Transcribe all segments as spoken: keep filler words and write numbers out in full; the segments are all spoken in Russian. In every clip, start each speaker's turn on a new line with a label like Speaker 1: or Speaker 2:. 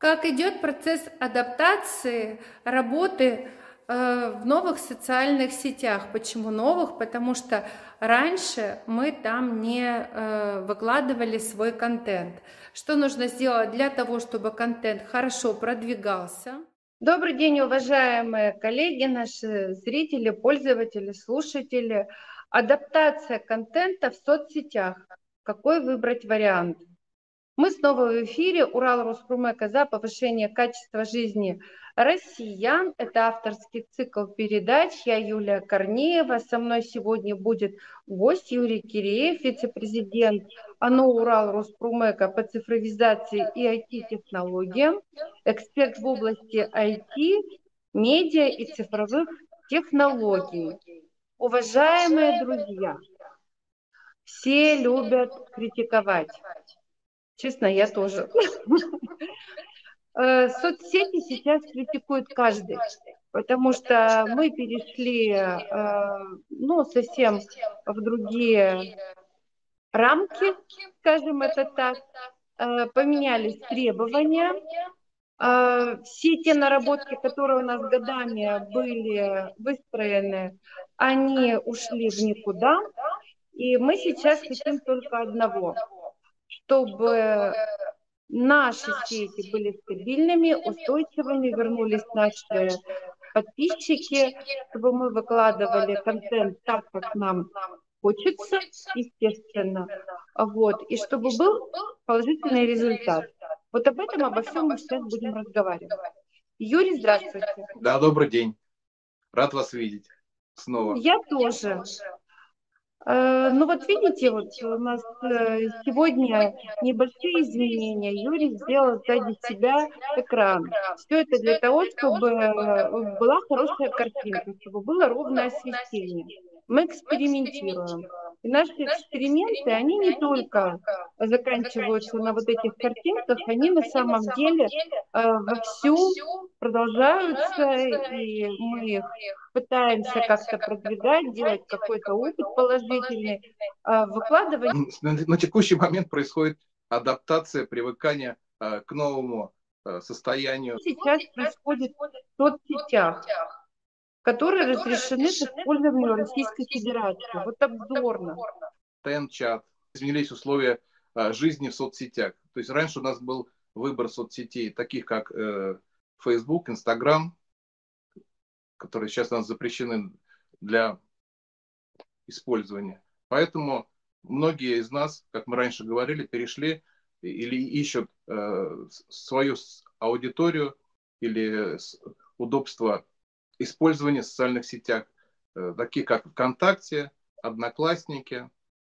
Speaker 1: Как идет процесс адаптации работы э, в новых социальных сетях? Почему новых? Потому что раньше мы там не э, выкладывали свой контент. Что нужно сделать для того, чтобы контент хорошо продвигался? Добрый день, уважаемые коллеги, наши зрители, пользователи, слушатели. Адаптация контента в соцсетях. Какой выбрать вариант? Мы снова в эфире. Урал Роспромека за повышение качества жизни россиян. Это авторский цикл передач. Я Юлия Корнеева. Со мной сегодня будет гость Юрий Киреев, вице-президент АНО Урал Роспромека по цифровизации и ай ти-технологиям, эксперт в области ай ти, медиа и цифровых технологий. Уважаемые друзья, все любят критиковать. Честно, я тоже. Соцсети сейчас критикует каждый, потому что мы перешли, ну, совсем в другие рамки, скажем это так, поменялись требования. Все те наработки, которые у нас годами были выстроены, они ушли в никуда, и мы сейчас хотим только одного, чтобы наши сети были стабильными, устойчивыми, вернулись наши подписчики, чтобы мы выкладывали контент так, как нам хочется, естественно, вот, и чтобы был положительный результат. Вот об этом, обо всем мы сейчас будем разговаривать. Юрий, здравствуйте.
Speaker 2: Да, добрый день. Рад вас видеть снова.
Speaker 1: Я тоже. Ну вот видите, вот у нас сегодня небольшие изменения. Юрий сделал сзади себя экран. Все это для того, чтобы была хорошая картинка, чтобы было ровное освещение. Мы экспериментируем. И наши эксперименты, они не только заканчиваются на вот этих картинках, они на самом деле вовсю продолжаются, и мы их пытаемся как-то продвигать, делать какой-то опыт положительный, выкладывать.
Speaker 2: На, на текущий момент происходит адаптация, привыкание к новому состоянию.
Speaker 1: Сейчас происходит в соцсетях, которые разрешены к использованию Российской Федерации. Вот обзорно.
Speaker 2: Тен-чат. Изменились условия жизни в соцсетях. То есть раньше у нас был выбор соцсетей, таких как Facebook, Instagram, которые сейчас у нас запрещены для использования. Поэтому многие из нас, как мы раньше говорили, перешли или ищут э, свою аудиторию или удобство использования в социальных сетях, э, такие как ВКонтакте, Одноклассники,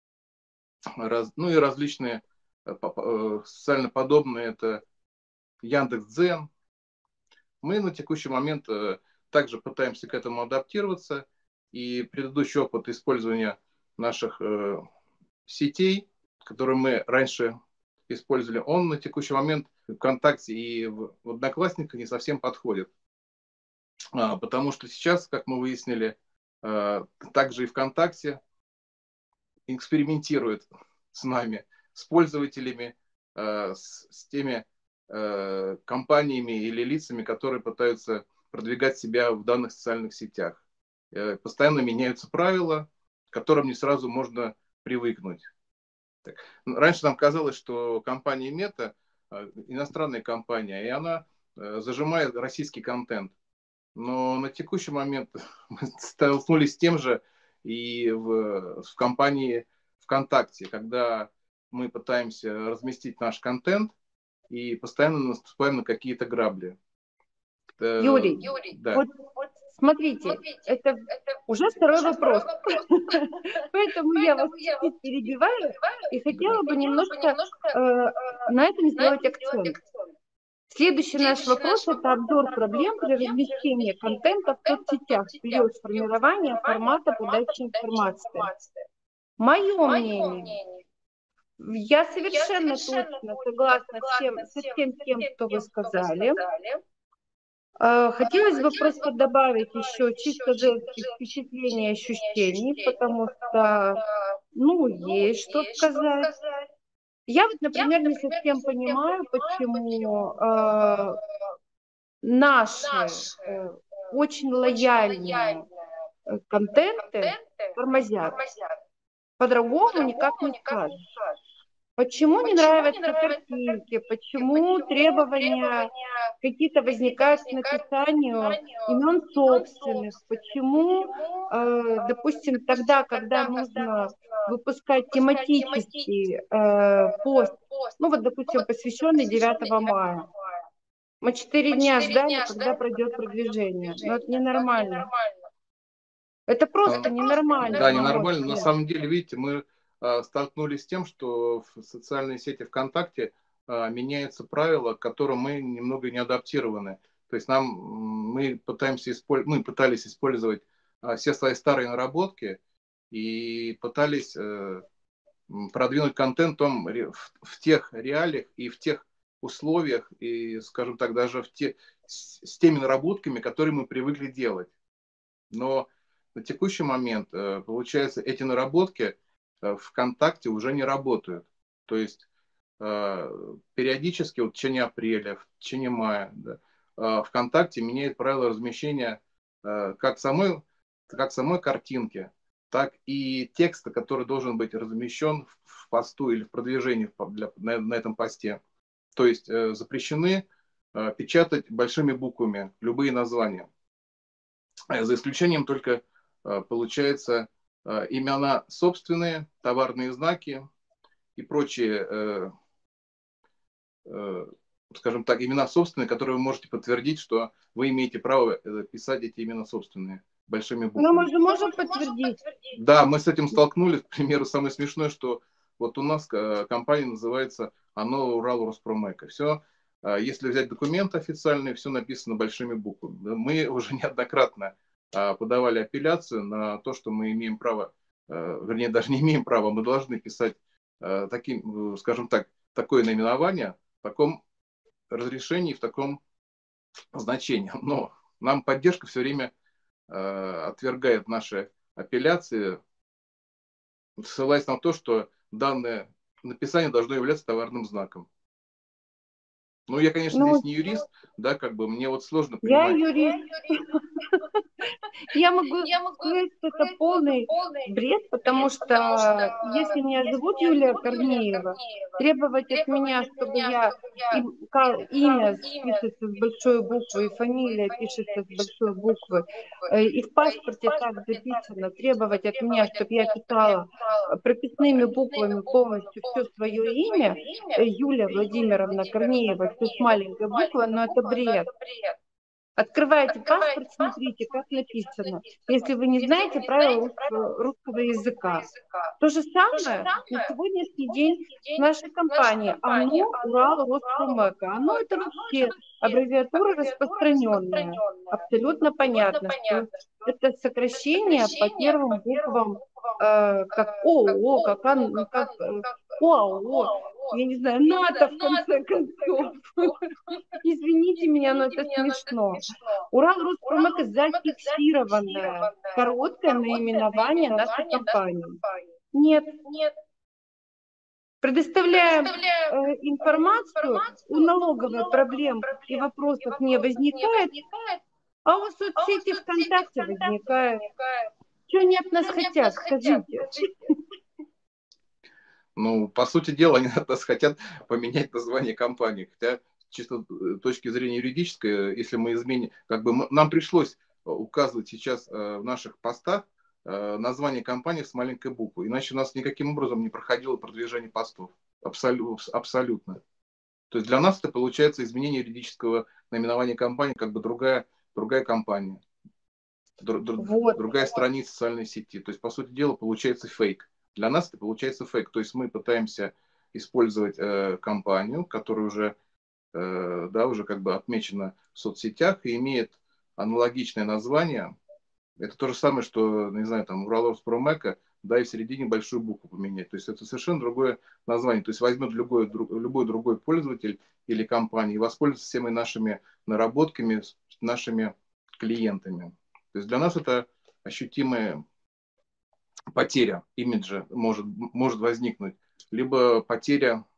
Speaker 2: раз, ну и различные э, э, социально подобные, это Яндекс.Дзен. Мы на текущий момент э, также пытаемся к этому адаптироваться, и предыдущий опыт использования наших э, сетей, которые мы раньше использовали, он на текущий момент в ВКонтакте и в, в Одноклассниках не совсем подходит. А, потому что сейчас, как мы выяснили, э, также и ВКонтакте экспериментирует с нами, с пользователями, э, с, с теми э, компаниями или лицами, которые пытаются продвигать себя в данных социальных сетях. Э, постоянно меняются правила, к которым не сразу можно привыкнуть. Так. Раньше нам казалось, что компания Мета иностранная компания, и она зажимает российский контент. Но на текущий момент мы столкнулись с тем же и в, в компании ВКонтакте, когда мы пытаемся разместить наш контент и постоянно наступаем на какие-то грабли.
Speaker 1: Юрий, Юрий да. вот, вот смотрите, смотрите это, это уже второй вопрос. Поэтому я вас чуть перебиваю и хотела бы немножко на этом сделать акцент. Следующий наш вопрос – это обзор проблем при размещении контента в соцсетях в период формирования формата подачи информации. Мое мнение, я совершенно точно согласна со всем тем, что вы сказали. Хотелось бы просто добавить еще чисто женских впечатлений и ощущений, потому что, ну, есть что сказать. Я вот, например, не совсем понимаю, почему э, наши э, очень лояльные э, контенты тормозят. По-другому никак не скажешь. Почему не нравятся картинки? Почему требования какие-то возникают к написанию имен собственных? Почему, э, допустим, тогда, когда нужно выпускать тематический э, пост, ну вот, допустим, посвященный девятому мая, мы четыре дня ждали, когда пройдет продвижение. Но это ненормально. Это просто ненормально,
Speaker 2: Да,
Speaker 1: на мой
Speaker 2: ненормально. На
Speaker 1: взгляд.
Speaker 2: самом деле, видите, мы а, столкнулись с тем, что в социальной сети ВКонтакте а, меняются правила, к которым мы немного не адаптированы. То есть нам мы пытаемся использ... мы пытались использовать а, все свои старые наработки и пытались э, продвинуть контент в, том, в, в тех реалиях и в тех условиях, и, скажем так, даже в те, с, с теми наработками, которые мы привыкли делать. Но на текущий момент, получается, эти наработки ВКонтакте уже не работают. То есть периодически, вот в течение апреля, в течение мая, да, ВКонтакте меняет правила размещения как самой, как самой картинки, так и текста, который должен быть размещен в посту или в продвижении для, на, на этом посте. То есть запрещены печатать большими буквами любые названия. За исключением только, получается, имена собственные, товарные знаки и прочие, скажем так, имена собственные, которые вы можете подтвердить, что вы имеете право писать эти имена собственные большими буквами.
Speaker 1: Но мы же можем подтвердить.
Speaker 2: Да, мы с этим столкнулись. К примеру, самое смешное, что вот у нас компания называется ОНО Урал Роспромека. Все, если взять документы официальные, все написано большими буквами. Мы уже неоднократно подавали апелляцию на то, что мы имеем право, вернее, даже не имеем права, мы должны писать таким, скажем так, такое наименование в таком разрешении, в таком значении. Но нам поддержка все время отвергает наши апелляции, ссылаясь на то, что данное написание должно являться товарным знаком. Ну, я, конечно,
Speaker 1: Ну,
Speaker 2: здесь не юрист, да, как бы мне вот сложно
Speaker 1: я
Speaker 2: понимать.
Speaker 1: юрист. Я могу сказать, что это полный бред, потому что если меня зовут Юлия Корнеева, требовать от меня, чтобы я имя пишется с большой буквы, и фамилия пишется с большой буквы, и в паспорте так записано, требовать от меня, чтобы я писала прописными буквами полностью все свое имя, Юлия Владимировна Корнеева, все с маленькой буквы, но это бред. Открываете паспорт, смотрите, как написано. Если вы не знаете правил русского языка. То же самое на сегодняшний день с нашей компанией. ОНО Урал Роспромека. ОНО это вообще аббревиатура распространенная. Абсолютно понятно, что это сокращение по первым буквам, э, как ООО, как, как э, ОАО. Я не знаю, НАТО в конце концов. Извините меня, но это смешно. Урал Роспромека зафиксированное короткое наименование нашей компании. Нет. Предоставляем э, информацию, у налоговой проблем и вопросов не возникает, а у соцсети ВКонтакте возникает. Что они от нас хотят, скажите?
Speaker 2: Ну, по сути дела, они от нас хотят поменять название компании. Хотя, чисто с точки зрения юридической, если мы изменим, как бы мы, нам пришлось указывать сейчас э, в наших постах э, название компании с маленькой буквы. Иначе у нас никаким образом не проходило продвижение постов. Абсолютно. абсолютно. То есть для нас это получается изменение юридического наименования компании, как бы другая, другая компания. Дру, дру, вот. Другая страница социальной сети. То есть, по сути дела, получается фейк. Для нас это получается фейк. То есть мы пытаемся использовать э, компанию, которая уже, э, да, уже как бы отмечена в соцсетях и имеет аналогичное название. Это то же самое, что, не знаю, там, Урал Роспромека, да, и в середине большую букву поменять. То есть это совершенно другое название. То есть возьмет любой, друг, любой другой пользователь или компания и воспользуется всеми нашими наработками, нашими клиентами. То есть для нас это ощутимая потеря имиджа может, может возникнуть, либо потеря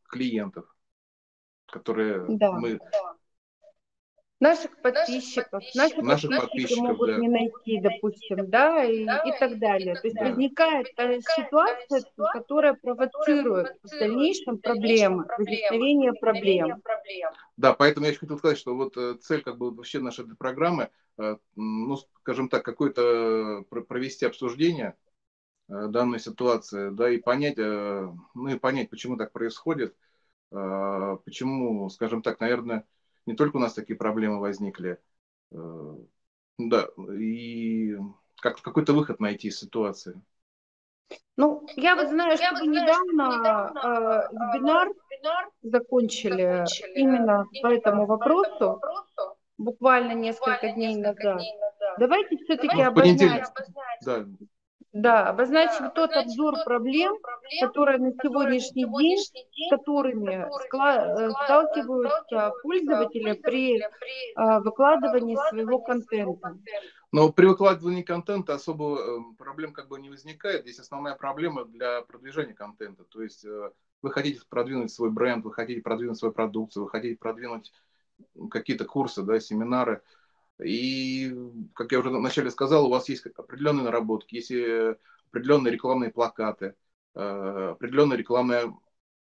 Speaker 2: клиентов, которые
Speaker 1: Да.
Speaker 2: мы...
Speaker 1: Наших подписчиков, наши
Speaker 2: Наших
Speaker 1: подписчики
Speaker 2: подписчиков,
Speaker 1: могут
Speaker 2: да.
Speaker 1: не найти, допустим, да, и, и так далее. То есть
Speaker 2: Да.
Speaker 1: возникает э, ситуация, которая провоцирует в дальнейшем проблемы, возникновение проблем.
Speaker 2: Да, поэтому я еще хотел сказать, что вот э, цель как бы вообще нашей этой программы, э, ну, скажем так, какое-то э, провести обсуждение э, данной ситуации, да, и понять, э, ну и понять, почему так происходит, э, почему, скажем так, наверное, не только у нас такие проблемы возникли, э, да, и как какой-то выход найти из ситуации.
Speaker 1: Ну, я вот знаю, что вы недавно э, вебинар закончили именно по этому вопросу, буквально несколько дней назад. Давайте все-таки
Speaker 2: Ну, в понедельник,
Speaker 1: обозначим,
Speaker 2: да,
Speaker 1: да, обозначим тот обзор проблем, которые на сегодняшний день, с которыми скла- э, сталкиваются пользователи при э, выкладывании своего контента.
Speaker 2: но при выкладывании контента особо э, проблем как бы не возникает. Здесь основная проблема для продвижения контента. То есть э, вы хотите продвинуть свой бренд, вы хотите продвинуть свою продукцию, вы хотите продвинуть какие-то курсы, да, семинары. И, как я уже вначале сказал, у вас есть определенные наработки, есть э, определенные рекламные плакаты, э, определенная рекламная,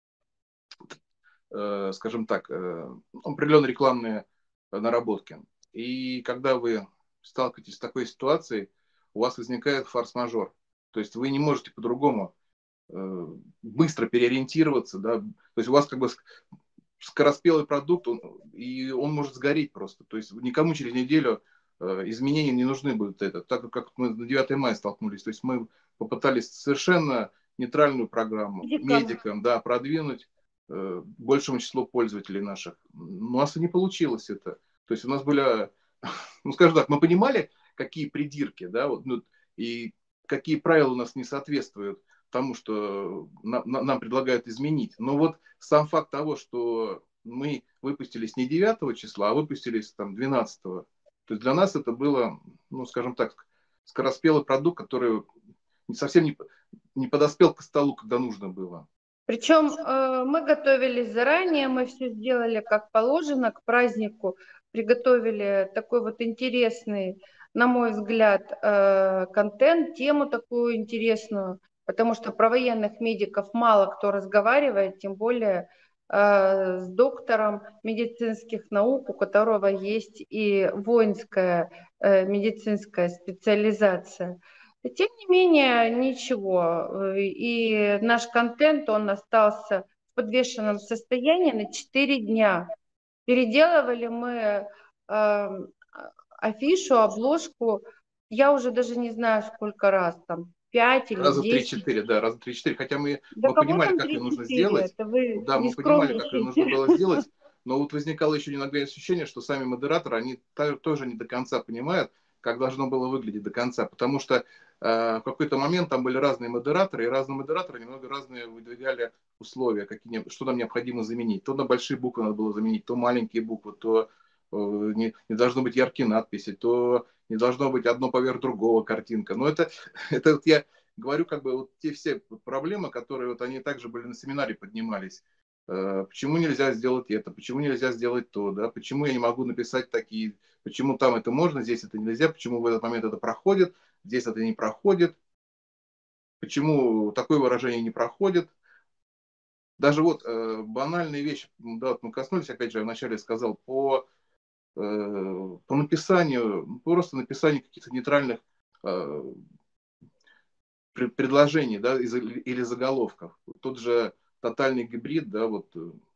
Speaker 2: э, скажем так, э, определенные рекламные наработки. И когда вы сталкиваетесь с такой ситуацией, у вас возникает форс-мажор. То есть вы не можете по-другому э, быстро переориентироваться, да, то есть у вас как бы скороспелый продукт, он, и он может сгореть просто. То есть никому через неделю э, изменения не нужны будут. Это. Так как мы на девятое мая столкнулись. То есть мы попытались совершенно нейтральную программу
Speaker 1: Медикам.
Speaker 2: медикам, да, продвинуть э, большему числу пользователей наших. Но у нас и не получилось это. То есть у нас были, ну скажем так, мы понимали, какие придирки, да, вот, ну, и какие правила у нас не соответствуют тому, что на, на, нам предлагают изменить. Но вот сам факт того, что мы выпустились не девятого числа, а выпустились там двенадцатого, то есть для нас это было, ну, скажем так, скороспелый продукт, который совсем не, не подоспел к столу, когда нужно было.
Speaker 1: Причем э, мы готовились заранее, мы все сделали как положено к празднику, приготовили такой вот интересный, на мой взгляд, э, контент, тему такую интересную, потому что про военных медиков мало кто разговаривает, тем более э, с доктором медицинских наук, у которого есть и воинская э, медицинская специализация. Тем не менее, ничего. И наш контент, он остался в подвешенном состоянии на четыре дня. Переделывали мы э, афишу, обложку, я уже даже не знаю, сколько раз, там, пять или
Speaker 2: Раза
Speaker 1: десять.
Speaker 2: три-четыре, да, раза три-четыре. Хотя мы,
Speaker 1: Да
Speaker 2: мы
Speaker 1: кого
Speaker 2: понимали,
Speaker 1: там
Speaker 2: как ее нужно
Speaker 1: три-четыре?
Speaker 2: сделать.
Speaker 1: Это вы
Speaker 2: Да,
Speaker 1: не
Speaker 2: мы понимали, как ее нужно
Speaker 1: скромничайте.
Speaker 2: было сделать. Но вот возникало еще иногда ощущение, что сами модераторы, они тоже не до конца понимают, как должно было выглядеть до конца. Потому что э, в какой-то момент там были разные модераторы, и разные модераторы немного разные выдвигали условия, какие, что нам необходимо заменить. То на большие буквы надо было заменить, то маленькие буквы, то э, не, не должно быть яркие надписи, то не должно быть одно поверх другого картинка. Но это, это вот я говорю, как бы вот те все проблемы, которые вот они также были на семинаре поднимались. Почему нельзя сделать это, почему нельзя сделать то, да, почему я не могу написать такие, почему там это можно, здесь это нельзя, почему в этот момент это проходит, здесь это не проходит, почему такое выражение не проходит. Даже вот э, банальные вещи, да, вот мы коснулись, опять же, я вначале сказал, по, э, по написанию, просто написанию каких-то нейтральных э, предложений, да, или заголовков. Тот же тотальный гибрид, да, вот,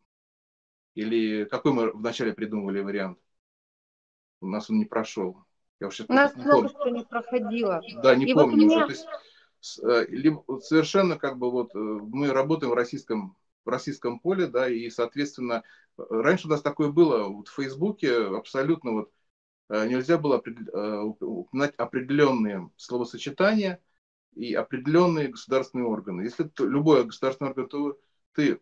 Speaker 2: или какой мы вначале придумывали вариант? У нас он не прошел. Я уж сейчас
Speaker 1: У нас
Speaker 2: не
Speaker 1: много
Speaker 2: помню.
Speaker 1: что не проходило.
Speaker 2: Да, не
Speaker 1: И вот у
Speaker 2: помню уже.
Speaker 1: меня...
Speaker 2: То есть, либо, совершенно как бы вот мы работаем в российском, в российском поле, да, и, соответственно, раньше у нас такое было, вот в Фейсбуке абсолютно вот нельзя было упоминать определенные словосочетания и определенные государственные органы. Если ты, любой государственный орган, то ты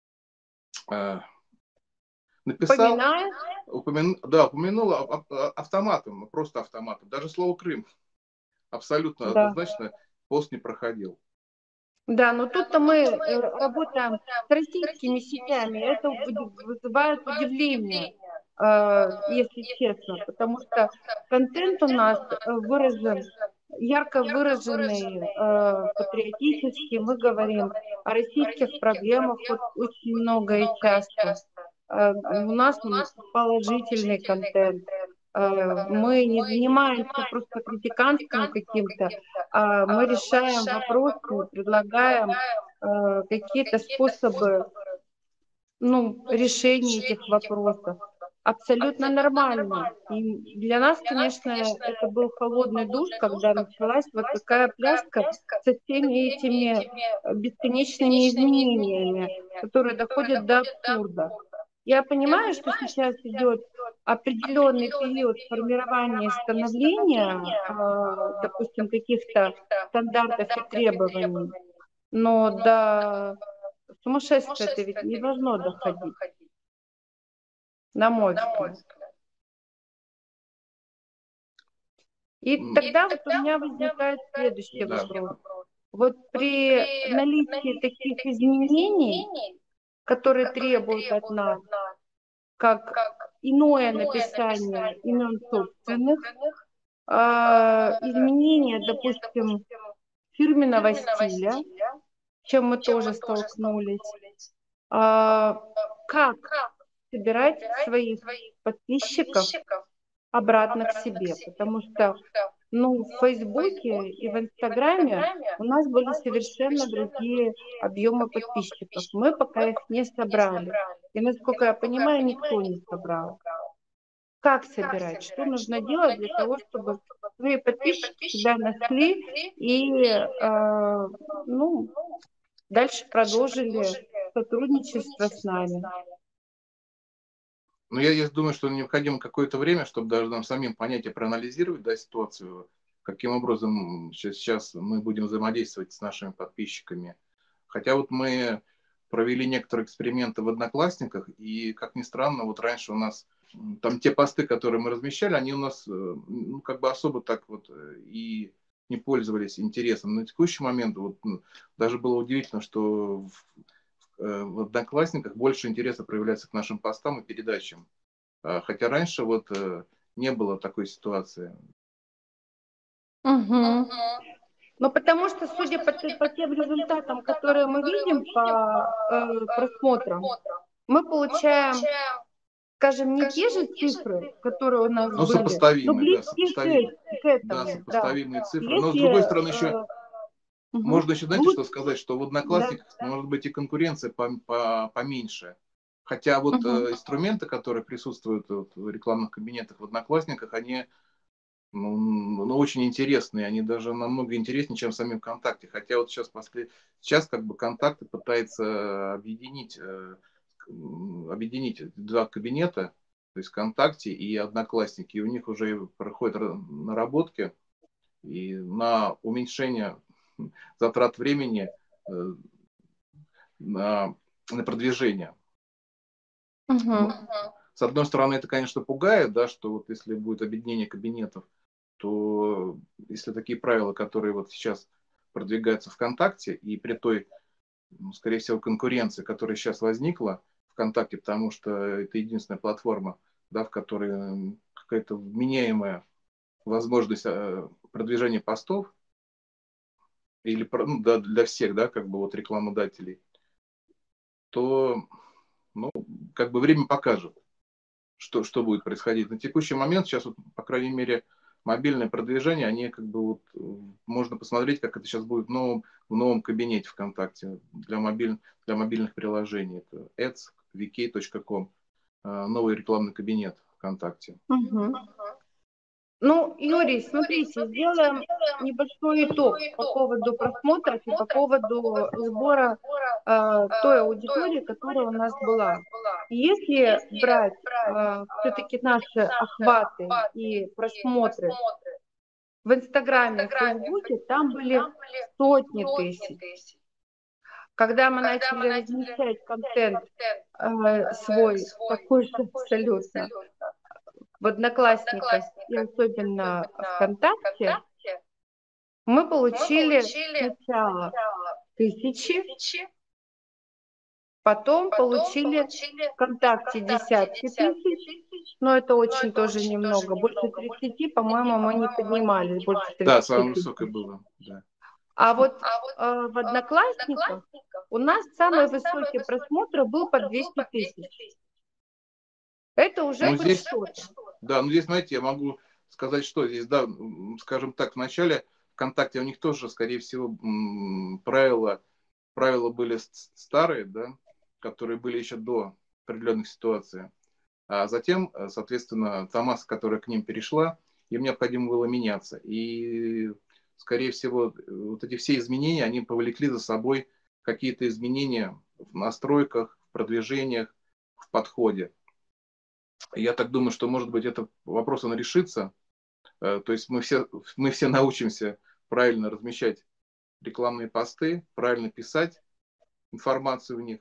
Speaker 2: э, написал, упомяну, да, упомянул автоматом, просто автоматом. Даже слово Крым абсолютно
Speaker 1: Да.
Speaker 2: однозначно пост не проходил.
Speaker 1: Да, но тут-то мы э, работаем с российскими сетями, это уд- вызывает удивление, э, если честно, потому что контент у нас э, выражен, ярко выраженный, э, патриотический, мы говорим о российских проблемах вот очень много и часто. Э, У нас он положительный контент. Э, Мы не занимаемся просто критиканством каким-то, а мы решаем вопросы, предлагаем э, какие-то способы, ну, решения этих вопросов. Абсолютно нормально. И для нас, конечно, это был холодный душ, когда началась вот такая пляска со всеми этими э, бесконечными изменениями, которые доходят до абсурда. Я понимаю, что сейчас идет определенный период формирования и становления, э, допустим, каких-то стандартов и требований, но до сумасшествия это ведь не должно доходить, на мой взгляд. И
Speaker 2: М,
Speaker 1: тогда вот у меня возникает следующий
Speaker 2: Да.
Speaker 1: вопрос. Вот при наличии таких изменений, которые требуют от нас как иное написание имен собственных, а, изменения, допустим, фирменного стиля, с чем мы тоже столкнулись, а, как собирать своих подписчиков обратно к себе, потому что, ну, в Фейсбуке и в Инстаграме у нас были совершенно другие объемы подписчиков. Мы пока их не собрали. И, насколько я понимаю, никто не собрал. Как собирать? Что нужно делать для того, чтобы свои подписчики себя нашли и, э, ну, дальше продолжили сотрудничество с нами?
Speaker 2: Но я, я думаю, что необходимо какое-то время, чтобы даже нам самим понять и проанализировать, да, ситуацию, каким образом сейчас, сейчас мы будем взаимодействовать с нашими подписчиками. Хотя вот мы провели некоторые эксперименты в Одноклассниках, и, как ни странно, вот раньше у нас м, там те посты, которые мы размещали, они у нас э, ну, как бы особо так вот э, и не пользовались интересом. На текущий момент вот, ну, даже было удивительно, что в, э, в Одноклассниках больше интереса проявляется к нашим постам и передачам. А, Хотя раньше вот э, не было такой ситуации.
Speaker 1: Угу. Ну, потому что, судя по, те- по тем результатам, которые мы видим по э, просмотрам, мы получаем, скажем, не те же цифры, которые у нас
Speaker 2: Ну,
Speaker 1: были, но
Speaker 2: сопоставимые, да,
Speaker 1: близкие
Speaker 2: сопоставимые.
Speaker 1: к, к
Speaker 2: Да,
Speaker 1: этому, да.
Speaker 2: сопоставимые цифры. Но с
Speaker 1: Если,
Speaker 2: другой стороны еще
Speaker 1: э, мгм,
Speaker 2: можно еще, знаете,
Speaker 1: лучше,
Speaker 2: что сказать, что в
Speaker 1: да,
Speaker 2: Одноклассниках может быть и конкуренция по, по, поменьше. Хотя вот
Speaker 1: мгм.
Speaker 2: э, инструменты, которые присутствуют вот, в рекламных кабинетах в Одноклассниках, они ну, ну, очень интересные, они даже намного интереснее, чем в самим ВКонтакте. Хотя вот сейчас, после, сейчас как бы КонтакТы пытается объединить, э, объединить два кабинета, то есть ВКонтакте и Одноклассники. И у них уже проходят наработки и на уменьшение затрат времени э, на, на продвижение. Ну,
Speaker 1: Мгм.
Speaker 2: с одной стороны, это, конечно, пугает, да, что вот если будет объединение кабинетов, то если такие правила, которые вот сейчас продвигаются ВКонтакте, и при той, ну, скорее всего, конкуренции, которая сейчас возникла ВКонтакте, потому что это единственная платформа, да, в которой какая-то вменяемая возможность э, продвижения постов, или ну, да, для всех, да, как бы вот рекламодателей, то, ну, как бы время покажет, что, что будет происходить. На текущий момент сейчас, вот, по крайней мере, мобильное продвижение, они как бы вот, можно посмотреть, как это сейчас будет в новом, в новом кабинете ВКонтакте для, мобиль, для мобильных приложений. Это ads ви кей точка ком, новый рекламный кабинет ВКонтакте.
Speaker 1: Мгм. Ну, Юрий, смотрите, сделаем небольшой итог по поводу просмотров и по поводу сбора э, той аудитории, которая у нас была. Если брать э, все-таки наши охваты и просмотры в Инстаграме, в Фейсбуке, там были сотни тысяч. Когда мы начали размещать контент э, свой, такой же абсолютно, в Одноклассниках и особенно ВКонтакте, мы получили сначала тысячи, потом получили ВКонтакте десятки тысяч, но это очень тоже немного. Больше тридцати, по-моему, мы не поднимались, больше
Speaker 2: Да,
Speaker 1: тридцати
Speaker 2: самое
Speaker 1: тысяч.
Speaker 2: высокое было. Да.
Speaker 1: А вот э, в Одноклассниках у нас самый высокий просмотр был по двести тысяч. Это уже
Speaker 2: Ну,
Speaker 1: хоть
Speaker 2: здесь,
Speaker 1: что-то.
Speaker 2: да, ну здесь, знаете, я могу сказать, что здесь, да, м, скажем так, в начале ВКонтакте у них тоже, скорее всего, м, правила, правила были с- старые, да, которые были еще до определенных ситуаций. А затем, э, соответственно, та масса, которая к ним перешла, им необходимо было меняться. И, скорее всего, э, вот эти все изменения, они повлекли за собой какие-то изменения в настройках, в продвижениях, в подходе. Я так думаю, что, может быть, этот вопрос, он решится. Э, То есть мы все, мы все научимся правильно размещать рекламные посты, правильно писать информацию в них.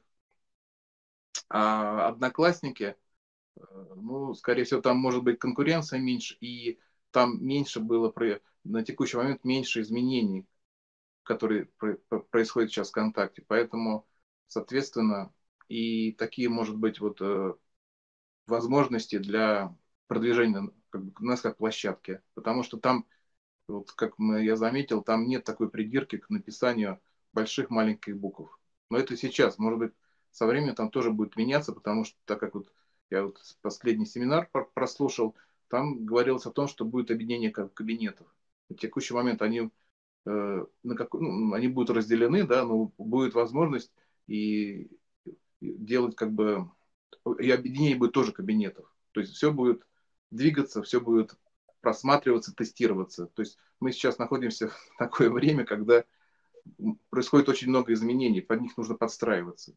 Speaker 2: А Одноклассники, э, ну, скорее всего, там может быть конкуренция меньше, и там меньше было, про- на текущий момент меньше изменений, которые про- про- происходят сейчас в ВКонтакте. Поэтому, соответственно, и такие, может быть, вот э, возможности для продвижения как бы, нас как площадки. Потому что там, вот как мы, я заметил, там нет такой придирки к написанию больших маленьких букв. Но это сейчас. Может быть, со временем там тоже будет меняться, потому что так как вот я вот последний семинар прослушал, там говорилось о том, что будет объединение кабинетов. В текущий момент они, э, на как, ну, они будут разделены, да, но будет возможность и делать как бы и объединение будет тоже кабинетов. То есть все будет двигаться, все будет просматриваться, тестироваться. То есть мы сейчас находимся в такое время, когда происходит очень много изменений, под них нужно подстраиваться.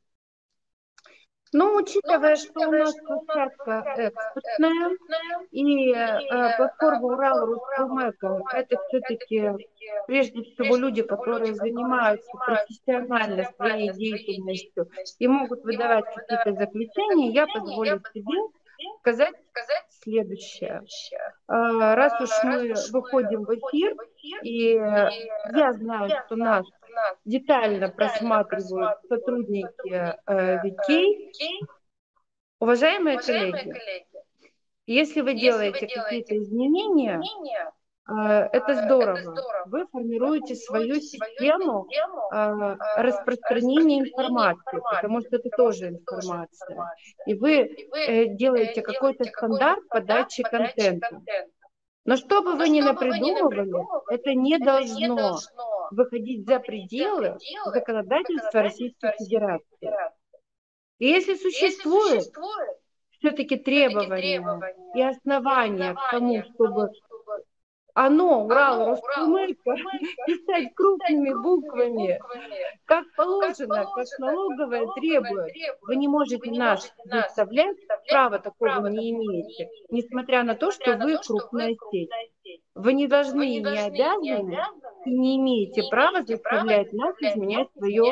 Speaker 1: Ну, учитывая, что у нас площадка экспортная и э, платформа Урал Роспромека, это все-таки прежде всего люди, которые занимаются профессионально своей деятельностью и могут выдавать какие-то заключения, я позволю себе сказать следующее. Э, Раз уж мы выходим в эфир, и э, я знаю, что нас детально просматривают сотрудники э, Викей. Уважаемые коллеги, если вы делаете какие-то изменения, э, это здорово. Вы формируете свою систему э, распространения информации, потому что это тоже информация. И вы э, делаете какой-то стандарт подачи контента. Но что бы вы ни напридумывали, это не должно выходить за пределы законодательства Российской Федерации. И если существует все-таки требования и основания к тому, чтобы оно, Урал Роспромека, писать крупными буквами, как положено, как налоговая требует, вы не можете нас заставлять, права такого не имеете, несмотря на то, что вы крупная сеть. Вы не должны и не обязаны, и не имеете права заставлять нас изменять свое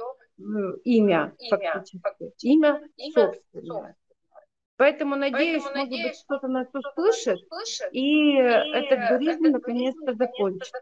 Speaker 1: имя, фактически, имя собственное. Поэтому, надеюсь, может быть, кто-то нас услышит, и этот дуризм наконец-то закончится.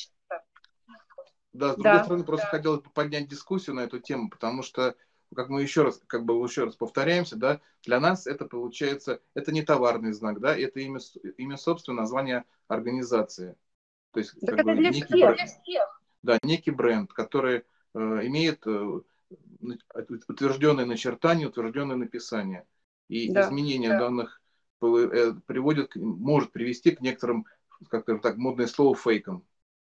Speaker 2: Да, с другой
Speaker 1: Да.
Speaker 2: стороны, просто хотелось бы поднять дискуссию на эту тему, потому что, как мы еще раз, как бы еще раз повторяемся, да, для нас это получается, это не товарный знак, да, это имя, имя собственное, название организации. То есть,
Speaker 1: Так
Speaker 2: как
Speaker 1: это
Speaker 2: бы,
Speaker 1: для
Speaker 2: некий
Speaker 1: всех.
Speaker 2: бренд, да, некий бренд, который э, имеет э, утвержденное начертание, утвержденное написание. И
Speaker 1: Да.
Speaker 2: изменение да. данных э, приводит, может привести к некоторым, как так, модное слово, фейкам.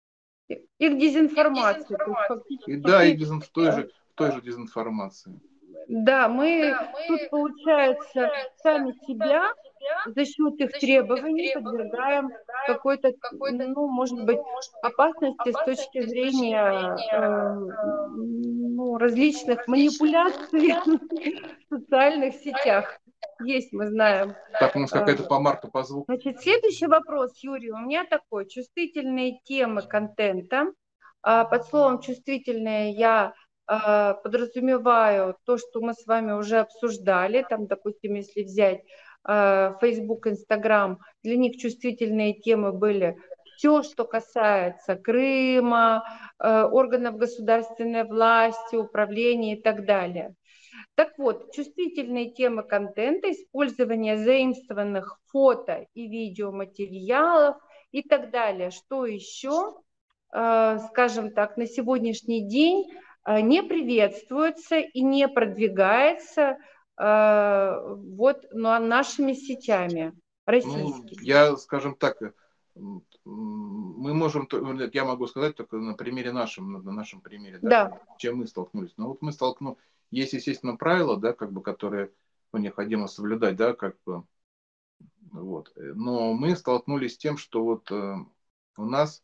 Speaker 1: И к дезинформации. То есть, фактически,
Speaker 2: и да, и дезин, в, той же, в той же дезинформации.
Speaker 1: Да, мы да, тут, мы, получается, сами себя за счет их требований подвергаем какой-то, ну, может быть, опасности с точки зрения э, ну, различных манипуляций в социальных сетях. Есть, мы знаем.
Speaker 2: Так, у нас какая-то помарка по звуку.
Speaker 1: Значит, следующий вопрос, Юрий, у меня такой. Чувствительные темы контента. Под словом «чувствительные» я подразумеваю то, что мы с вами уже обсуждали. Там, допустим, если взять Facebook, Instagram, для них чувствительные темы были все, что касается Крыма, э, органов государственной власти, управления и так далее. Так вот, чувствительные темы контента, использование заимствованных фото и видеоматериалов и так далее. Что еще, э, скажем так, на сегодняшний день э, не приветствуется и не продвигается э, вот ну, нашими сетями российскими?
Speaker 2: Ну, я, скажем так, мы можем, я могу сказать только на примере нашем, на нашем примере, да,
Speaker 1: Да.
Speaker 2: чем мы столкнулись. Но вот мы столкнулись, есть, естественно, правила, да, как бы, которые ну, необходимо соблюдать, да, как бы, вот. Но мы столкнулись с тем, что вот э, у нас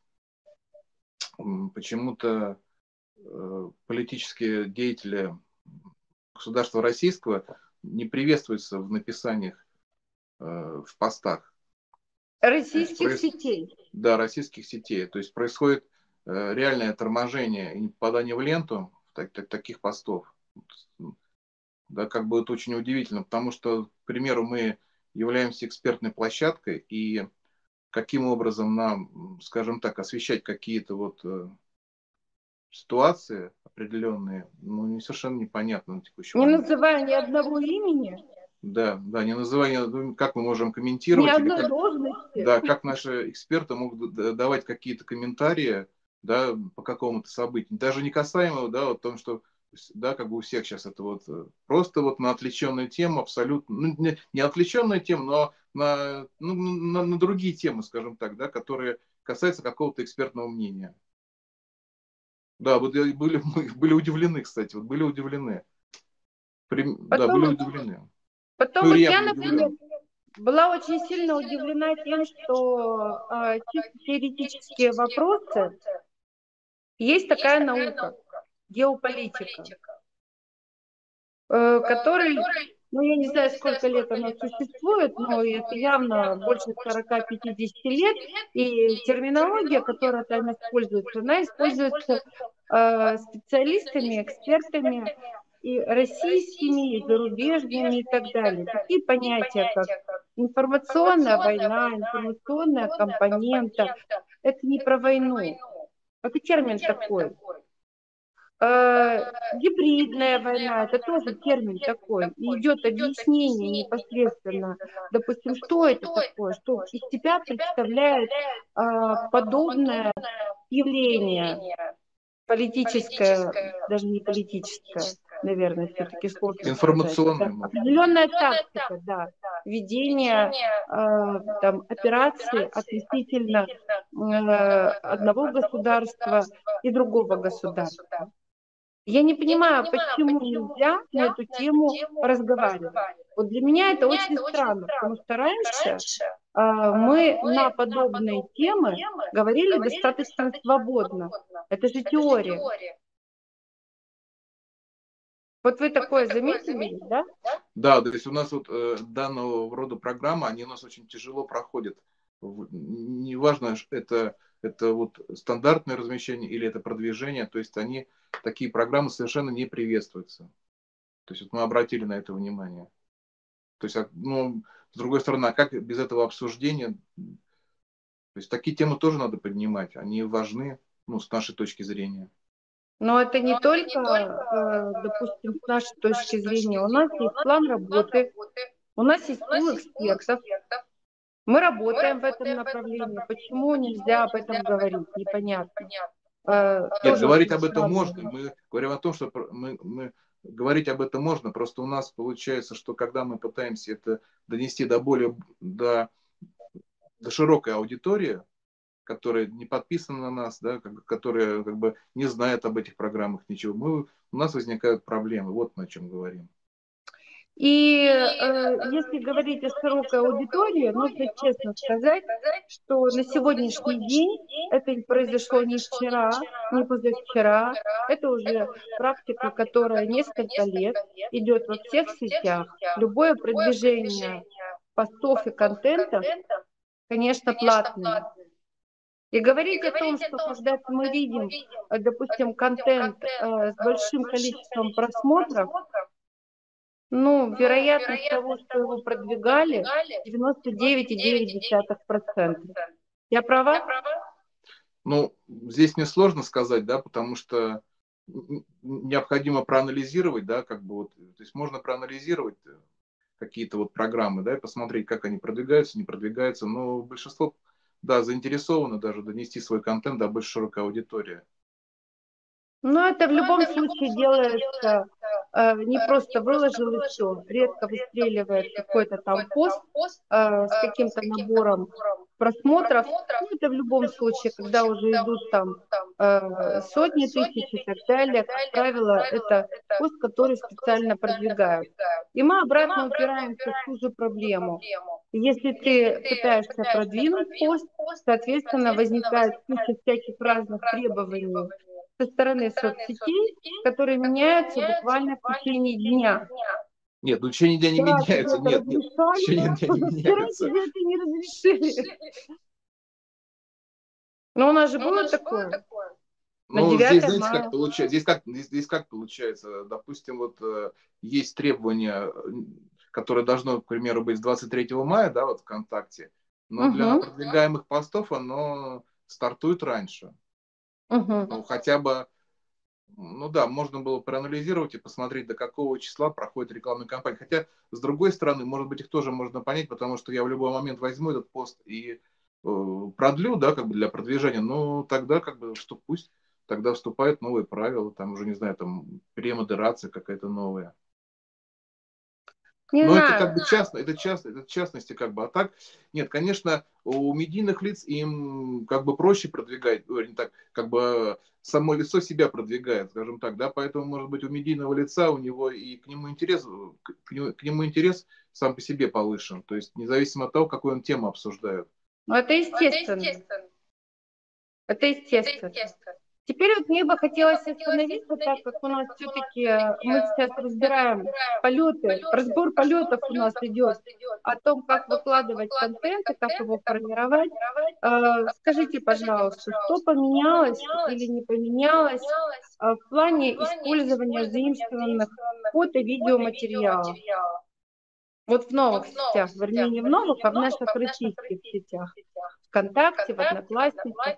Speaker 2: почему-то э, политические деятели государства российского не приветствуются в написаниях, э, в постах.
Speaker 1: Российских проис... сетей.
Speaker 2: Да, российских сетей. То есть происходит э, реальное торможение и попадание в ленту так, так, таких постов. Да, как бы это очень удивительно, потому что, к примеру, мы являемся экспертной площадкой, и каким образом нам, скажем так, освещать какие-то вот э, ситуации определенные, ну, не совершенно непонятно на текущий
Speaker 1: момент. Не
Speaker 2: момент.
Speaker 1: называя ни одного имени.
Speaker 2: Да, да, не называя, как мы можем комментировать.
Speaker 1: Ни одной
Speaker 2: как,
Speaker 1: должности.
Speaker 2: Да, как наши эксперты могут давать какие-то комментарии, да, по какому-то событию. Даже не касаемо, да, вот том, что, да, как бы у всех сейчас это вот просто вот на отвлеченную тему абсолютно, ну, не, не отвлеченную тему, но на, ну, на, на другие темы, скажем так, да, которые касаются какого-то экспертного мнения. Да, вот были, мы были удивлены, кстати, вот были удивлены. При,
Speaker 1: потом,
Speaker 2: да, были удивлены.
Speaker 1: Потом ну, вот я, например, была очень сильно удивлена тем, что э, чисто теоретические вопросы, есть такая наука, геополитика, э, который, ну я не знаю, сколько лет она существует, но это явно больше сорока-пятидесяти лет, и терминология, которая там используется, она используется э, специалистами, экспертами, и российскими, и зарубежными, и так далее. Такие понятия, как информационная война, информационная компонента, это не про войну. Это термин такой. Э, гибридная война, это тоже термин такой. И идет объяснение непосредственно, допустим, что это такое, что из себя представляет э, подобное явление. Политическое, даже не политическое, наверное, все-таки сложно
Speaker 2: информационная.
Speaker 1: сказать. Определенная тактика, да, ведение э, там, операций относительно э, одного государства и другого государства. Я не понимаю, почему нельзя на эту тему разговаривать. Вот для меня это очень странно, потому что раньше э, мы на подобные темы говорили достаточно свободно. Это же теория. Вот вы такое заметили, да?
Speaker 2: Да, то есть у нас вот э, данного рода программы, они у нас очень тяжело проходят. Неважно, это, это вот стандартное размещение или это продвижение, то есть они, такие программы совершенно не приветствуются. То есть вот мы обратили на это внимание. То есть, ну, с другой стороны, а как без этого обсуждения? То есть такие темы тоже надо поднимать, они важны, ну, с нашей точки зрения.
Speaker 1: Но это не Но только, это не только, допустим, с нашей точки зрения. У нас есть план работы, у нас есть пул экспертов. Мы работаем в этом направлении. Почему нельзя об этом говорить? Непонятно.
Speaker 2: Нет, говорить об этом можно. Мы говорим о том, что мы, мы говорить об этом можно. Просто у нас получается, что когда мы пытаемся это донести до более до, до широкой аудитории, которая не подписана на нас, да, которая как бы не знает об этих программах ничего, мы, у нас возникают проблемы. Вот мы о чем говорим.
Speaker 1: И э, если говорить о широкой аудитории, нужно честно сказать, что на сегодняшний день это произошло не вчера, не позавчера. Это уже практика, которая несколько лет идет во всех сетях. Любое продвижение постов и контента, конечно, платное. И говорить о том, что когда мы видим, допустим, контент э, с большим количеством просмотров, ну, вероятность того, что его продвигали, девяносто девять и девять десятых процента. Я права?
Speaker 2: Ну, здесь мне сложно сказать, да, потому что необходимо проанализировать, да, как бы вот, то есть можно проанализировать какие-то вот программы, да, и посмотреть, как они продвигаются, не продвигаются, но большинство, да, заинтересовано даже донести свой контент до более широкой аудитории.
Speaker 1: Ну, это в любом случае делается, э, не просто выложил и все. Редко выстреливает какой-то там пост э, с каким-то набором просмотров. Ну, это в любом случае, когда уже идут там э, сотни тысяч и так далее, как правило, это пост, который специально продвигают. И мы обратно упираемся в ту же проблему. Если ты пытаешься продвинуть пост, соответственно, возникает куча всяких разных требований со стороны соцсетей, которые меняются буквально в течение дня.
Speaker 2: Нет, ну в течение дня не
Speaker 1: Вчера
Speaker 2: меняется.
Speaker 1: тебе это
Speaker 2: Нет, нет, в
Speaker 1: разрешали,
Speaker 2: течение дня не
Speaker 1: вчера
Speaker 2: меняется.
Speaker 1: тебе это не разрешили. Но у нас же было такое. На
Speaker 2: Ну, здесь,
Speaker 1: девятое
Speaker 2: знаете, как
Speaker 1: мая.
Speaker 2: получается, здесь как, здесь, здесь как получается, допустим, вот э, есть требования, э, которые должно, к примеру, быть с двадцать третьего мая, да, вот ВКонтакте, но для
Speaker 1: Угу,
Speaker 2: продвигаемых постов оно стартует раньше.
Speaker 1: угу.
Speaker 2: Ну, хотя бы, ну да, можно было проанализировать и посмотреть, до какого числа проходит рекламная кампания. Хотя, с другой стороны, может быть, их тоже можно понять, потому что я в любой момент возьму этот пост и э, продлю, да, как бы для продвижения, но тогда, как бы, что пусть, тогда вступают новые правила, там уже, не знаю, там, премодерация какая-то новая.
Speaker 1: Не
Speaker 2: Но это как
Speaker 1: знаю.
Speaker 2: бы частно, это частно, это в частности как бы. А так, нет, конечно, у медийных лиц им как бы проще продвигать, ой, не так, как бы само лицо себя продвигает, скажем так, да, поэтому, может быть, у медийного лица, у него и к нему интерес, к нему, к нему интерес сам по себе повышен, то есть независимо от того, какую он тему обсуждает.
Speaker 1: Ну, это естественно. Это естественно. Теперь вот мне бы хотелось остановиться, так как у нас все-таки мы сейчас разбираем полеты, разбор полетов у нас идет о том, как выкладывать контент и как его формировать. Э, Скажите, пожалуйста, что поменялось или не поменялось э, в плане использования заимствованных фото, видеоматериалов? Вот в новых сетях, вернее не в новых, а в наших российских сетях. ВКонтакте, в Одноклассниках.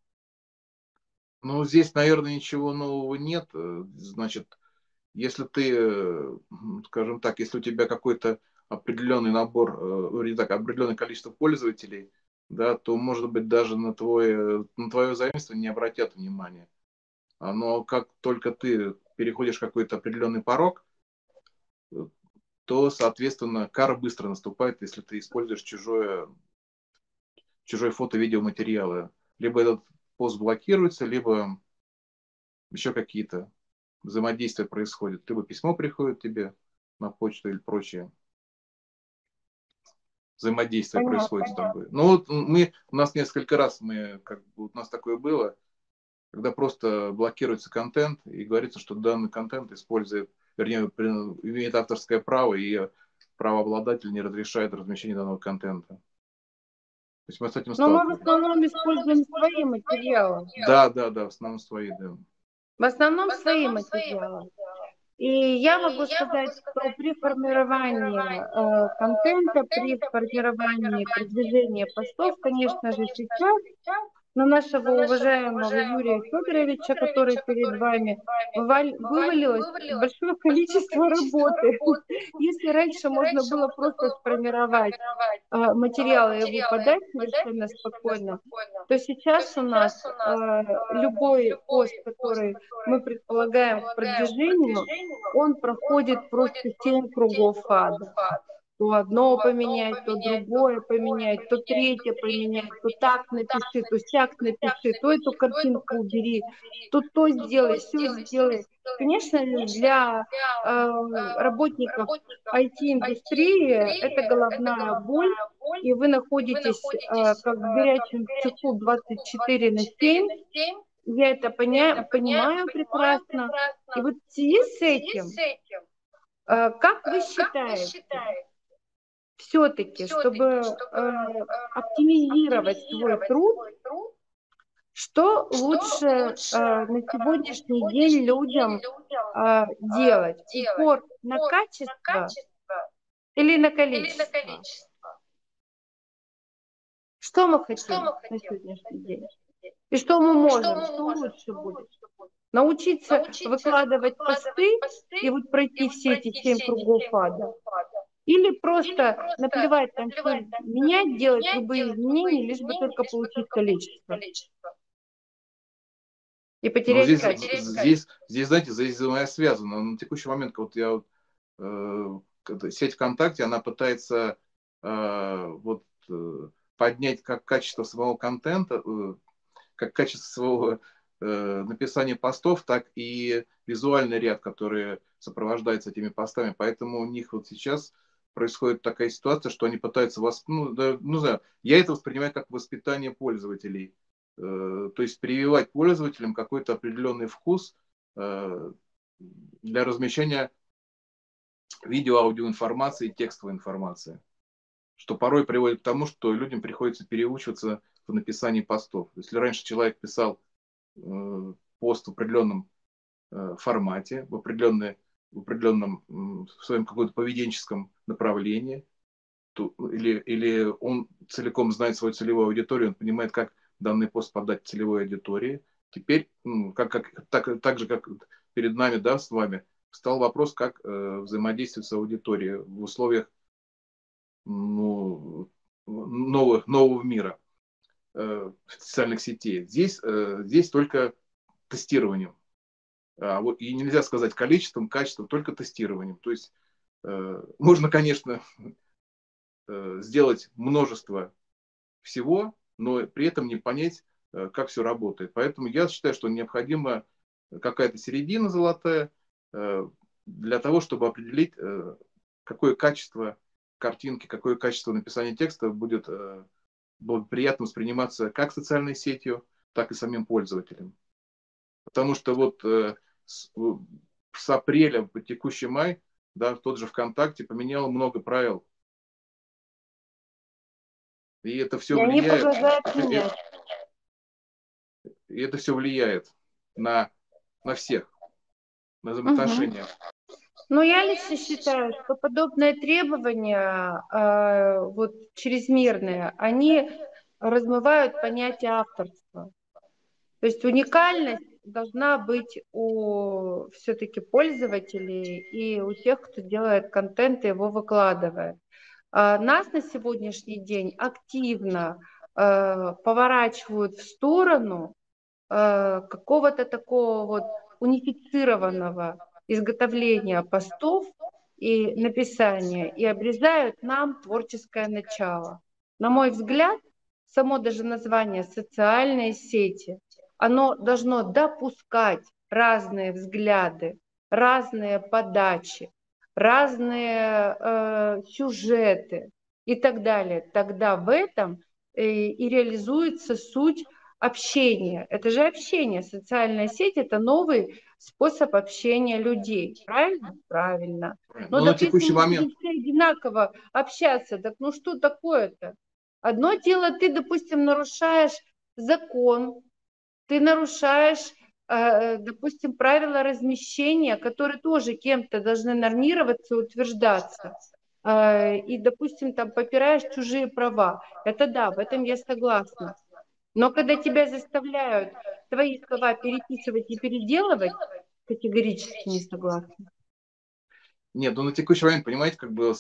Speaker 2: Ну, здесь, наверное, ничего нового нет. Значит, если ты, скажем так, если у тебя какой-то определенный набор, не так, определенное количество пользователей, да, то, может быть, даже на твое, на твое заимство не обратят внимания. Но как только ты переходишь какой-то определенный порог, то, соответственно, кара быстро наступает, если ты используешь чужое, чужое фото-видеоматериалы. Либо этот пост блокируется, либо еще какие-то взаимодействия происходят. Либо письмо приходит тебе на почту или прочее. Взаимодействие
Speaker 1: Понятно.
Speaker 2: происходит с тобой. Ну вот мы, у нас несколько раз мы, как бы, у нас такое было, когда просто блокируется контент и говорится, что данный контент использует, вернее, имеет авторское право, и правообладатель не разрешает размещение данного контента. То есть мы с этим
Speaker 1: Но мы в
Speaker 2: сталкиваемся.
Speaker 1: основном используем свои материалы.
Speaker 2: Да, да, да, в основном свои, да.
Speaker 1: В основном свои материалы. И я могу сказать, что при формировании э, контента, при формировании продвижения постов, конечно же, сейчас на нашего уважаемого Юрия Федоровича, который перед вами, вывалилось большое количество работы. Если раньше можно было просто сформировать э, материалы и его подать совершенно спокойно, то сейчас у нас э, любой пост, который мы предполагаем к продвижению, он проходит просто семь кругов ада. То одно поменять, то другое поменять, то третье поменять, то так напиши, то сяк напиши, то эту картинку убери, то то сделай, все сделай. Конечно, для э, работников ай ти-индустрии это головная боль, и вы находитесь э, как в горячем цеху двадцать четыре на семь. Я это поня- понимаю прекрасно. И вот в связи с этим, э, как вы считаете, все-таки, чтобы э, оптимизировать свой труд, что лучше э, на сегодняшний день людям э, делать? Упор на качество или на количество? Что мы хотим на сегодняшний день? И что мы можем? Что лучше будет? Научиться выкладывать посты и вот пройти все эти семь кругов ада? Или просто наплевать там все менять, делать любые изменения, лишь бы только получить количество и
Speaker 2: Ну,
Speaker 1: потерять
Speaker 2: здесь,
Speaker 1: качество?
Speaker 2: здесь, здесь, знаете, здесь взаимосвязано. На текущий момент, вот я вот, э, когда сеть ВКонтакте, она пытается э, вот, э, поднять как качество самого контента, э, как качество своего э, написания постов, так и визуальный ряд, который сопровождается этими постами. Поэтому у них вот сейчас происходит такая ситуация, что они пытаются вас, ну, да, ну, знаю, я это воспринимаю как воспитание пользователей. Э, то есть прививать пользователям какой-то определенный вкус э, для размещения видео, аудиоинформации и текстовой информации, что порой приводит к тому, что людям приходится переучиваться в написании постов. Если раньше человек писал э, пост в определенном э, формате, в, определенной, в определенном э, в своем каком-то поведенческом направлении, то, или, или он целиком знает свою целевую аудиторию, он понимает, как данный пост подать целевой аудитории. Теперь, ну, как, как, так, так же, как перед нами, да, с вами, встал вопрос, как э, взаимодействовать с аудиторией в условиях ну, нового, нового мира э, социальных сетей. Здесь, э, здесь только тестированием. А, вот, и нельзя сказать количеством, качеством, только тестированием. То есть э, можно, конечно, э, сделать множество всего, но при этом не понять, э, как все работает. Поэтому я считаю, что необходима какая-то середина золотая э, для того, чтобы определить, э, какое качество картинки, какое качество написания текста будет э, благоприятно восприниматься как социальной сетью, так и самим пользователем. Потому что вот э, с, с апреля по текущий май, да, тот же ВКонтакте поменял много правил. И это все
Speaker 1: И они
Speaker 2: влияет.
Speaker 1: продолжают
Speaker 2: И,
Speaker 1: менять.
Speaker 2: и это все влияет на, на всех, на
Speaker 1: Угу.
Speaker 2: взаимоотношения.
Speaker 1: Но я лично считаю, что подобные требования, э, вот чрезмерные, они размывают понятие авторства. То есть уникальность должна быть у все-таки пользователей и у тех, кто делает контент и его выкладывает. А нас на сегодняшний день активно э, поворачивают в сторону э, какого-то такого вот унифицированного изготовления постов и написания и обрезают нам творческое начало. На мой взгляд, само даже название «социальные сети», оно должно допускать разные взгляды, разные подачи, разные э, сюжеты и так далее. Тогда в этом э, и реализуется суть общения. Это же общение. Социальная сеть – это новый способ общения людей. Правильно? Правильно. Но
Speaker 2: Но на
Speaker 1: так если
Speaker 2: текущий
Speaker 1: мы будем
Speaker 2: момент,
Speaker 1: все одинаково общаться, так ну что такое-то? Одно дело, ты, допустим, нарушаешь закон, ты нарушаешь, э, допустим, правила размещения, которые тоже кем-то должны нормироваться, утверждаться. Э, И, допустим, там попираешь чужие права. Это да, в этом я согласна. Но когда тебя заставляют твои слова переписывать и переделывать, категорически не согласна.
Speaker 2: нет, ну на текущий момент, понимаете, как бы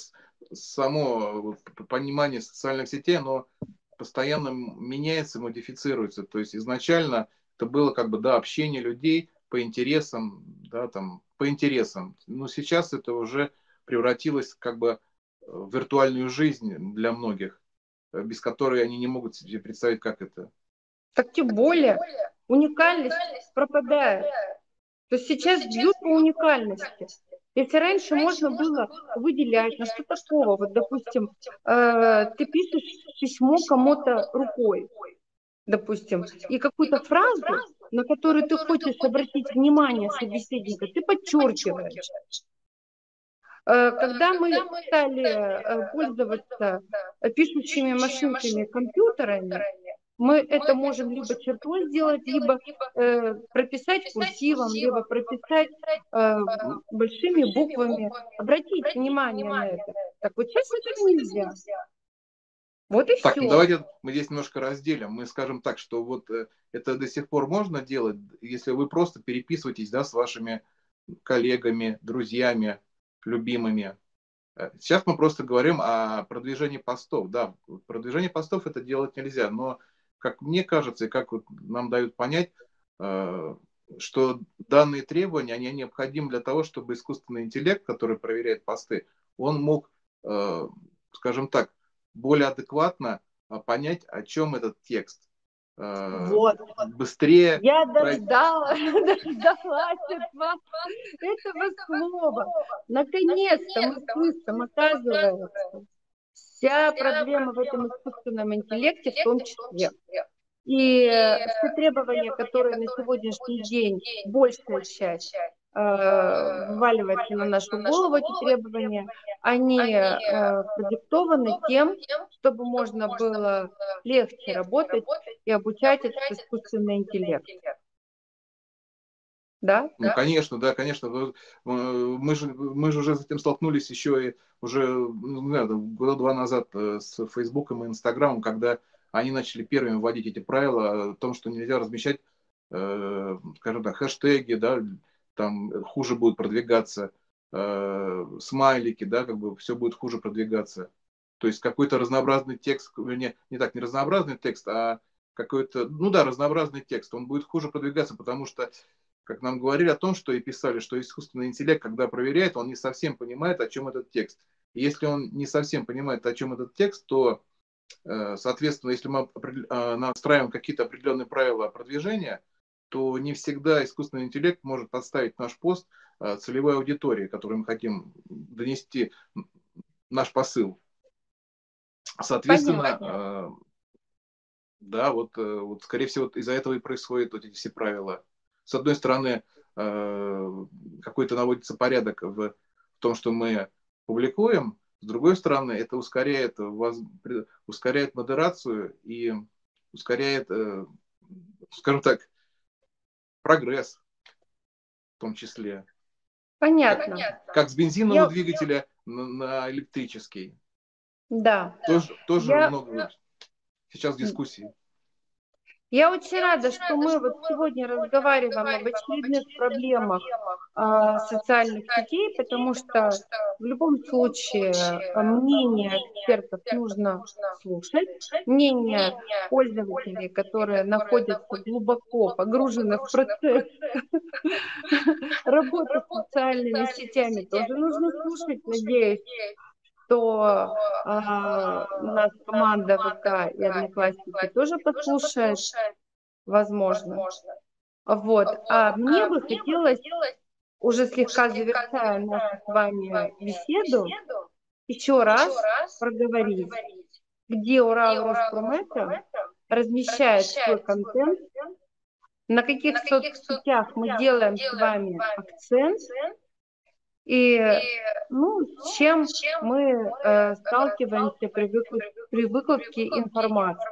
Speaker 2: само понимание социальных сетей, оно постоянно меняется, модифицируется. То есть изначально это было как бы, да, общение людей по интересам, да, там, по интересам. Но сейчас это уже превратилось как бы в виртуальную жизнь для многих, без которой они не могут себе представить, как это.
Speaker 1: Так тем более уникальность пропадает. То есть сейчас бьют по уникальности. Если раньше можно было выделять, на что такого, вот, допустим, э, ты пишешь письмо кому-то рукой, допустим, и какую-то фразу, на которую ты хочешь обратить внимание собеседника, ты подчеркиваешь. Э, Когда мы стали э, пользоваться э, пишущими машинками, компьютерами, мы это можем либо чертой сделать, либо э, прописать курсивом, либо прописать э, большими буквами, обратить внимание на это. Так вот сейчас этого нельзя. Вот и
Speaker 2: Так, ну
Speaker 1: все.
Speaker 2: давайте мы здесь немножко разделим. Мы скажем так, что вот э, это до сих пор можно делать, если вы просто переписываетесь, да, с вашими коллегами, друзьями, любимыми. Э, Сейчас мы просто говорим о продвижении постов. Да, продвижение постов это делать нельзя, но как мне кажется, и как вот нам дают понять, э, что данные требования, они необходимы для того, чтобы искусственный интеллект, который проверяет посты, он мог, э, скажем так, более адекватно а, понять, о чем этот текст. Э,
Speaker 1: Вот.
Speaker 2: Быстрее.
Speaker 1: Я
Speaker 2: пройти-
Speaker 1: дождалась, дождалась от вас этого слова. Наконец-то мы слышим, оказывается, вся проблема в этом искусственном интеллекте в том числе. И э, все требования, которые на сегодняшний день большая часть э, вваливается на нашу голову, эти требования, они э, продиктованы тем, чтобы можно было легче работать и обучать этот искусственный интеллект. Да?
Speaker 2: Ну, конечно, да, конечно. Ну, э, Мы же, мы же уже с этим столкнулись еще и уже ну, не знаю, там, года два назад э, с Фейсбуком и Инстаграмом, когда они начали первыми вводить эти правила о том, что нельзя размещать, э, скажем так, хэштеги, да, там хуже будет продвигаться, э, смайлики, да, как бы все будет хуже продвигаться. То есть какой-то разнообразный текст, не, не так, не разнообразный текст, а какой-то, ну да, разнообразный текст, он будет хуже продвигаться, потому что как нам говорили о том, что и писали, что искусственный интеллект, когда проверяет, он не совсем понимает, о чем этот текст. И если он не совсем понимает, о чем этот текст, то, э, соответственно, если мы э, настраиваем какие-то определенные правила продвижения, то не всегда искусственный интеллект может подставить наш пост э, целевой аудитории, которой мы хотим донести наш посыл. Соответственно, э, да, вот, э, вот скорее всего из-за этого и происходят вот эти все правила. С одной стороны, э, какой-то наводится порядок в том, что мы публикуем, с другой стороны, это ускоряет, воз... ускоряет модерацию и ускоряет, э, скажем так, прогресс в том числе.
Speaker 1: Понятно.
Speaker 2: Как, как с бензинового
Speaker 1: Я...
Speaker 2: двигателя на, на электрический.
Speaker 1: Да.
Speaker 2: Тоже, тоже
Speaker 1: Я...
Speaker 2: много сейчас дискуссий.
Speaker 1: Я очень рада, что мы вот сегодня разговариваем об очередных проблемах а, социальных сетей, потому что в любом случае мнение экспертов нужно слушать, мнение пользователей, которые находятся глубоко погружены в процесс работы с социальными сетями, тоже нужно слушать. Надеюсь, что а, нас команда ВК и Одноклассники тоже послушает. Возможно. Вот. А мне бы хотелось, уже слегка завершая нашу с вами беседу, еще раз проговорить, где Урал Роспромета размещает свой контент, на каких соцсетях мы делаем с вами акцент и ну, с чем мы э, сталкиваемся при, выкуп, при выкладке информации.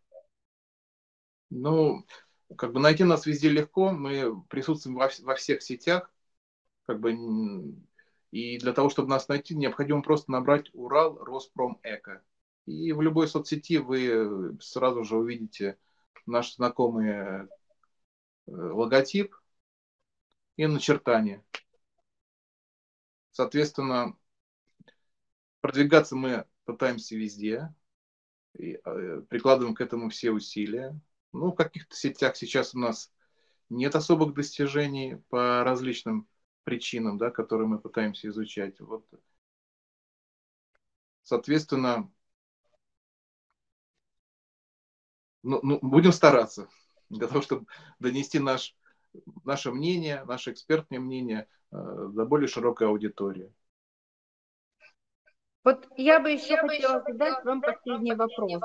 Speaker 2: Ну, как бы найти нас везде легко, мы присутствуем во, во всех сетях, как бы, и для того, чтобы нас найти, необходимо просто набрать Урал Роспромэко. И в любой соцсети вы сразу же увидите наш знакомый логотип и начертание. Соответственно, продвигаться мы пытаемся везде, и прикладываем к этому все усилия. Ну, в каких-то сетях сейчас у нас нет особых достижений по различным причинам, да, которые мы пытаемся изучать. Вот. Соответственно, ну, ну, будем стараться для того, чтобы донести наш, наше мнение, наше экспертное мнение э, до более широкой аудитории.
Speaker 1: Вот я бы еще хотела задать вам последний вопрос.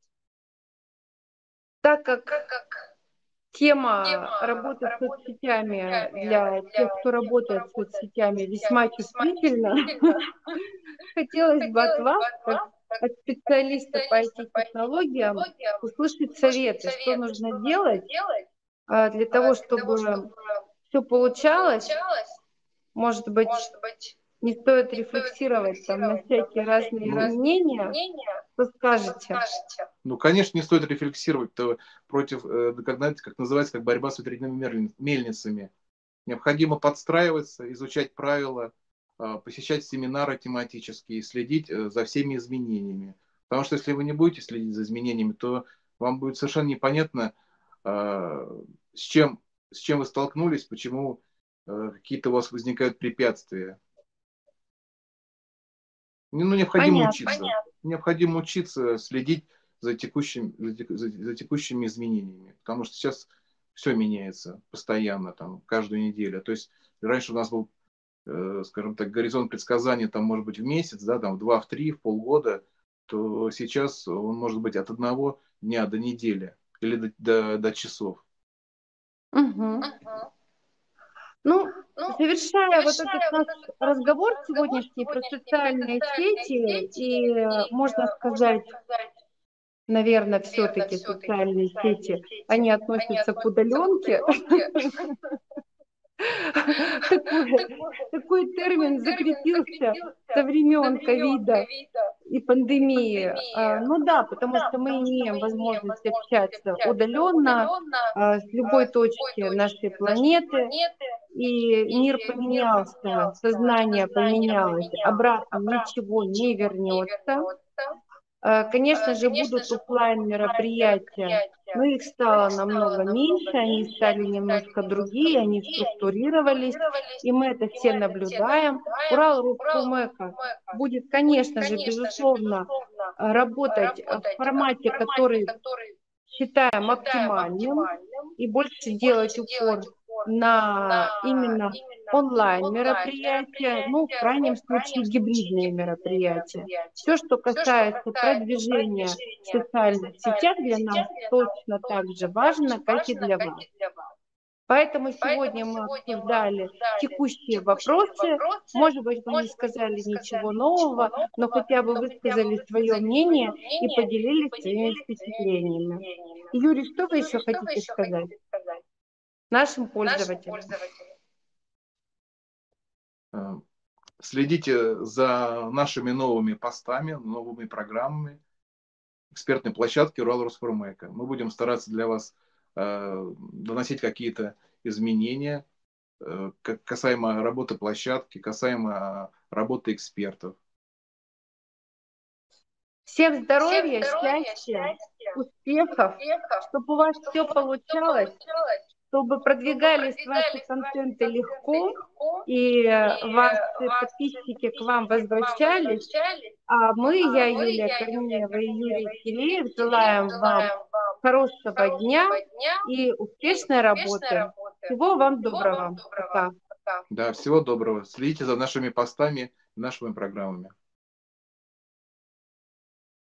Speaker 1: Так как тема работы с соцсетями для тех, кто работает с соцсетями, весьма чувствительна, хотелось бы от вас, как от специалиста по ай ти-технологиям, услышать советы, что нужно делать для того, чтобы все получалось, может быть, не стоит рефлексировать там на всякие разные ну, мнения, что скажете?
Speaker 2: Ну, конечно, не стоит рефлексировать то против, как, знаете, как называется, как борьба с ветряными мельницами. Необходимо подстраиваться, изучать правила, посещать семинары тематические, следить за всеми изменениями. Потому что если вы не будете следить за изменениями, то вам будет совершенно непонятно, с чем, с чем вы столкнулись, почему какие-то у вас возникают препятствия. Ну, необходимо Понятно. учиться. Понятно. Необходимо учиться следить за текущими, за, за текущими изменениями. Потому что сейчас все меняется постоянно, там, каждую неделю. То есть раньше у нас был, э, скажем так, горизонт предсказания, там, может быть, в месяц, да, там, в два, в три, в полгода, то сейчас он может быть от одного дня до недели или до, до, до часов.
Speaker 1: Угу. Ну, завершая вот этот наш разговор сегодняшний про социальные сети, и, можно сказать, наверное, все-таки социальные сети, они относятся к удаленке. Такой термин закрепился со времен ковида и пандемии. Ну да, потому что мы имеем возможность общаться удаленно с любой точки нашей планеты. И мир поменялся, сознание поменялось, обратно ничего не вернется. Конечно же, будут офлайн мероприятия, но их стало намного меньше, они стали немножко другие, они структурировались, и мы это все наблюдаем. Урал-Руспромека будет, конечно же, безусловно, работать в формате, который считаем оптимальным, и больше делать упор на именно онлайн-мероприятия, ну, в крайнем случае, гибридные мероприятия. Все, что касается продвижения в социальных сетях, для нас точно так же важно, как и для вас. Поэтому сегодня мы обсуждали текущие вопросы. Может быть, мы не сказали ничего нового, но хотя бы высказали свое мнение и поделились своими впечатлениями. Юрий, что вы еще хотите сказать нашим пользователям?
Speaker 2: Следите за нашими новыми постами, новыми программами экспертной площадки Урал-Руспромека. Мы будем стараться для вас э, доносить какие-то изменения э, касаемо работы площадки, касаемо работы экспертов.
Speaker 1: Всем здоровья, счастья, успехов, чтобы у вас все получалось, чтобы продвигались ваши контенты легко, и ваши подписчики к вам возвращались. А мы, я, Юлия Корнеева и Юрий Киреев, желаем вам хорошего дня и успешной работы. Всего вам доброго. Пока.
Speaker 2: Да, всего доброго. Следите за нашими постами и нашими программами.